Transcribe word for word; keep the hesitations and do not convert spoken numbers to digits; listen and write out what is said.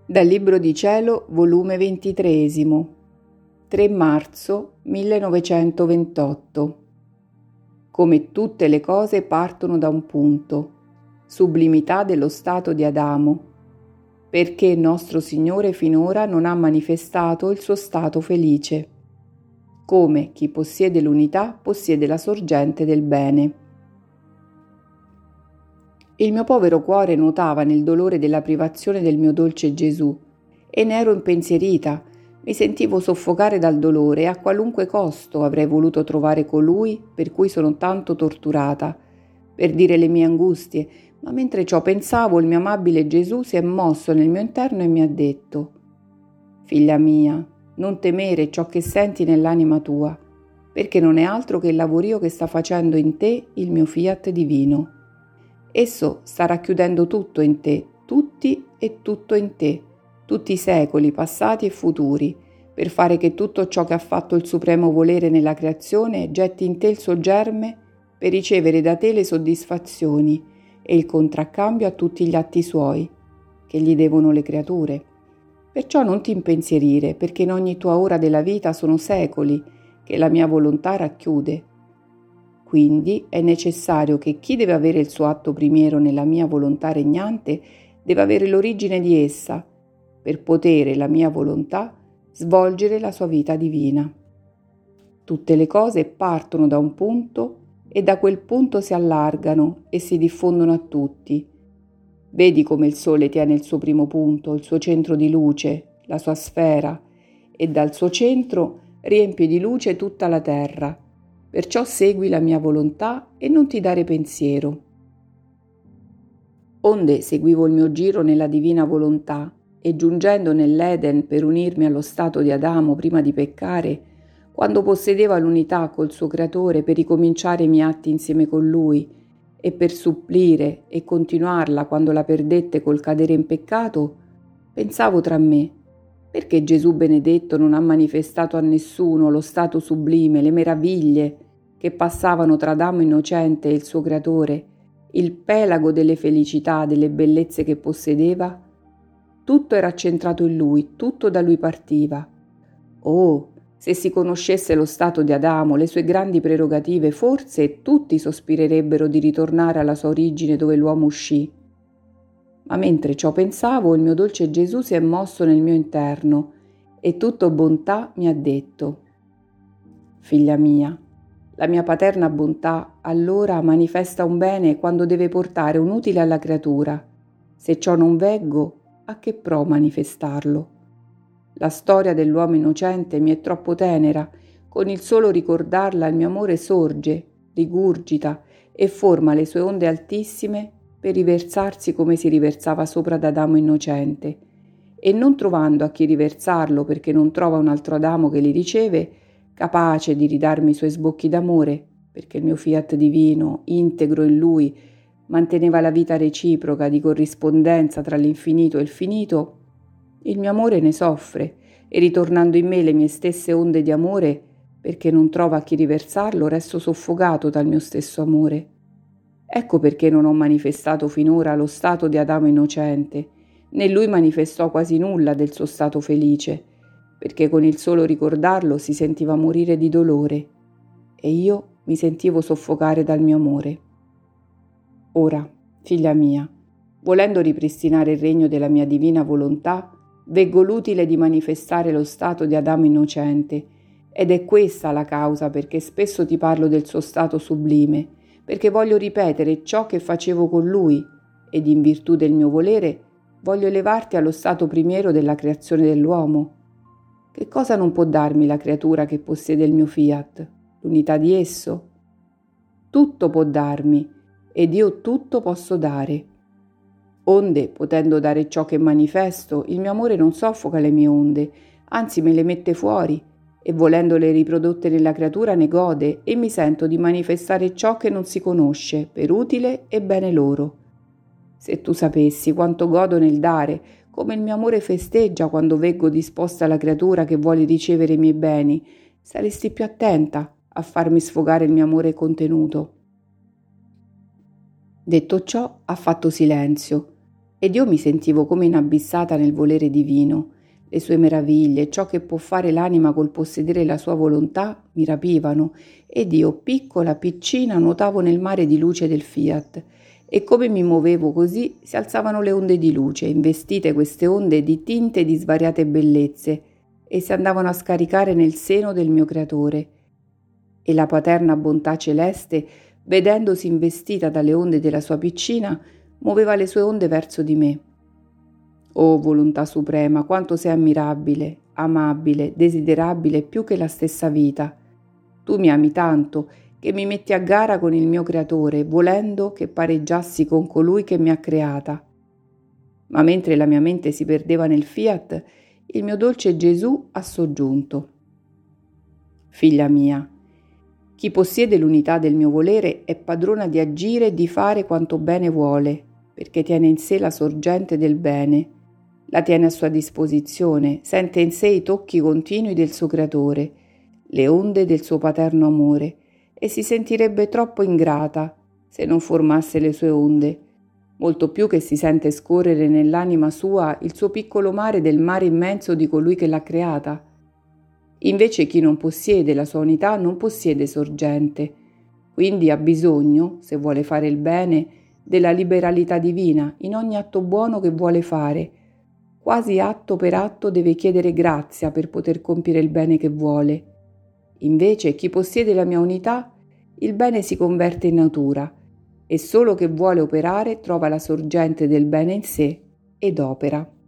Dal Libro di Cielo, volume ventitreesimo, tre marzo millenovecentoventotto. Come tutte le cose partono da un punto, sublimità dello stato di Adamo, perché nostro Signore finora non ha manifestato il suo stato felice, come chi possiede l'unità possiede la sorgente del bene. Il mio povero cuore nuotava nel dolore della privazione del mio dolce Gesù e ne ero impensierita, mi sentivo soffocare dal dolore e a qualunque costo avrei voluto trovare colui per cui sono tanto torturata, per dire le mie angustie, ma mentre ciò pensavo il mio amabile Gesù si è mosso nel mio interno e mi ha detto: «Figlia mia, non temere ciò che senti nell'anima tua, perché non è altro che il lavorio che sta facendo in te il mio fiat divino. Esso sta racchiudendo tutto in te, tutti e tutto in te, tutti i secoli passati e futuri, per fare che tutto ciò che ha fatto il supremo volere nella creazione getti in te il suo germe per ricevere da te le soddisfazioni e il contraccambio a tutti gli atti suoi, che gli devono le creature. Perciò non ti impensierire, perché in ogni tua ora della vita sono secoli che la mia volontà racchiude. Quindi è necessario che chi deve avere il suo atto primiero nella mia volontà regnante deve avere l'origine di essa, per potere la mia volontà svolgere la sua vita divina. Tutte le cose partono da un punto e da quel punto si allargano e si diffondono a tutti. Vedi come il sole tiene il suo primo punto, il suo centro di luce, la sua sfera, e dal suo centro riempie di luce tutta la terra. Perciò segui la mia volontà e non ti dare pensiero. Onde seguivo il mio giro nella divina volontà e giungendo nell'Eden per unirmi allo stato di Adamo prima di peccare, quando possedeva l'unità col suo creatore per ricominciare i miei atti insieme con lui e per supplire e continuarla quando la perdette col cadere in peccato, pensavo tra me: perché Gesù benedetto non ha manifestato a nessuno lo stato sublime, le meraviglie che passavano tra Adamo innocente e il suo creatore, il pelago delle felicità, delle bellezze che possedeva? Tutto era centrato in lui, tutto da lui partiva. Oh, se si conoscesse lo stato di Adamo, le sue grandi prerogative, forse tutti sospirerebbero di ritornare alla sua origine dove l'uomo uscì. Ma mentre ciò pensavo, il mio dolce Gesù si è mosso nel mio interno e tutto bontà mi ha detto: «Figlia mia, la mia paterna bontà allora manifesta un bene quando deve portare un utile alla creatura. Se ciò non veggo, a che pro manifestarlo? La storia dell'uomo innocente mi è troppo tenera, con il solo ricordarla il mio amore sorge, rigurgita e forma le sue onde altissime per riversarsi come si riversava sopra ad Adamo innocente, e non trovando a chi riversarlo perché non trova un altro Adamo che li riceve, capace di ridarmi i suoi sbocchi d'amore, perché il mio fiat divino, integro in lui, manteneva la vita reciproca di corrispondenza tra l'infinito e il finito, il mio amore ne soffre, e ritornando in me le mie stesse onde di amore, perché non trova a chi riversarlo, resto soffocato dal mio stesso amore. Ecco perché non ho manifestato finora lo stato di Adamo innocente, né lui manifestò quasi nulla del suo stato felice, perché con il solo ricordarlo si sentiva morire di dolore, e io mi sentivo soffocare dal mio amore. Ora, figlia mia, volendo ripristinare il regno della mia divina volontà, veggo l'utile di manifestare lo stato di Adamo innocente, ed è questa la causa perché spesso ti parlo del suo stato sublime, perché voglio ripetere ciò che facevo con lui, ed in virtù del mio volere voglio elevarti allo stato primiero della creazione dell'uomo. Che cosa non può darmi la creatura che possiede il mio fiat, l'unità di esso? Tutto può darmi, ed io tutto posso dare. Onde, potendo dare ciò che manifesto, il mio amore non soffoca le mie onde, anzi me le mette fuori, e volendole riprodotte nella creatura ne gode, e mi sento di manifestare ciò che non si conosce, per utile e bene loro. Se tu sapessi quanto godo nel dare, come il mio amore festeggia quando veggo disposta la creatura che vuole ricevere i miei beni, saresti più attenta a farmi sfogare il mio amore contenuto». Detto ciò, ha fatto silenzio. Ed io mi sentivo come inabissata nel volere divino. Le sue meraviglie, ciò che può fare l'anima col possedere la sua volontà, mi rapivano, ed io, piccola, piccina, nuotavo nel mare di luce del Fiat, e come mi muovevo così si alzavano le onde di luce, investite queste onde di tinte di svariate bellezze, e si andavano a scaricare nel seno del mio creatore. E la paterna bontà celeste, vedendosi investita dalle onde della sua piccina, muoveva le sue onde verso di me. Oh volontà suprema, quanto sei ammirabile, amabile, desiderabile più che la stessa vita. Tu mi ami tanto che mi metti a gara con il mio creatore, volendo che pareggiassi con colui che mi ha creata. Ma mentre la mia mente si perdeva nel Fiat, il mio dolce Gesù ha soggiunto: Figlia mia, chi possiede l'unità del mio volere è padrona di agire e di fare quanto bene vuole, perché tiene in sé la sorgente del bene, la tiene a sua disposizione, sente in sé i tocchi continui del suo creatore, le onde del suo paterno amore, e si sentirebbe troppo ingrata se non formasse le sue onde, molto più che si sente scorrere nell'anima sua il suo piccolo mare del mare immenso di colui che l'ha creata. Invece chi non possiede la sua unità non possiede sorgente, quindi ha bisogno, se vuole fare il bene, della liberalità divina in ogni atto buono che vuole fare. Quasi atto per atto deve chiedere grazia per poter compiere il bene che vuole. Invece chi possiede la mia unità, il bene si converte in natura, e solo che vuole operare trova la sorgente del bene in sé ed opera.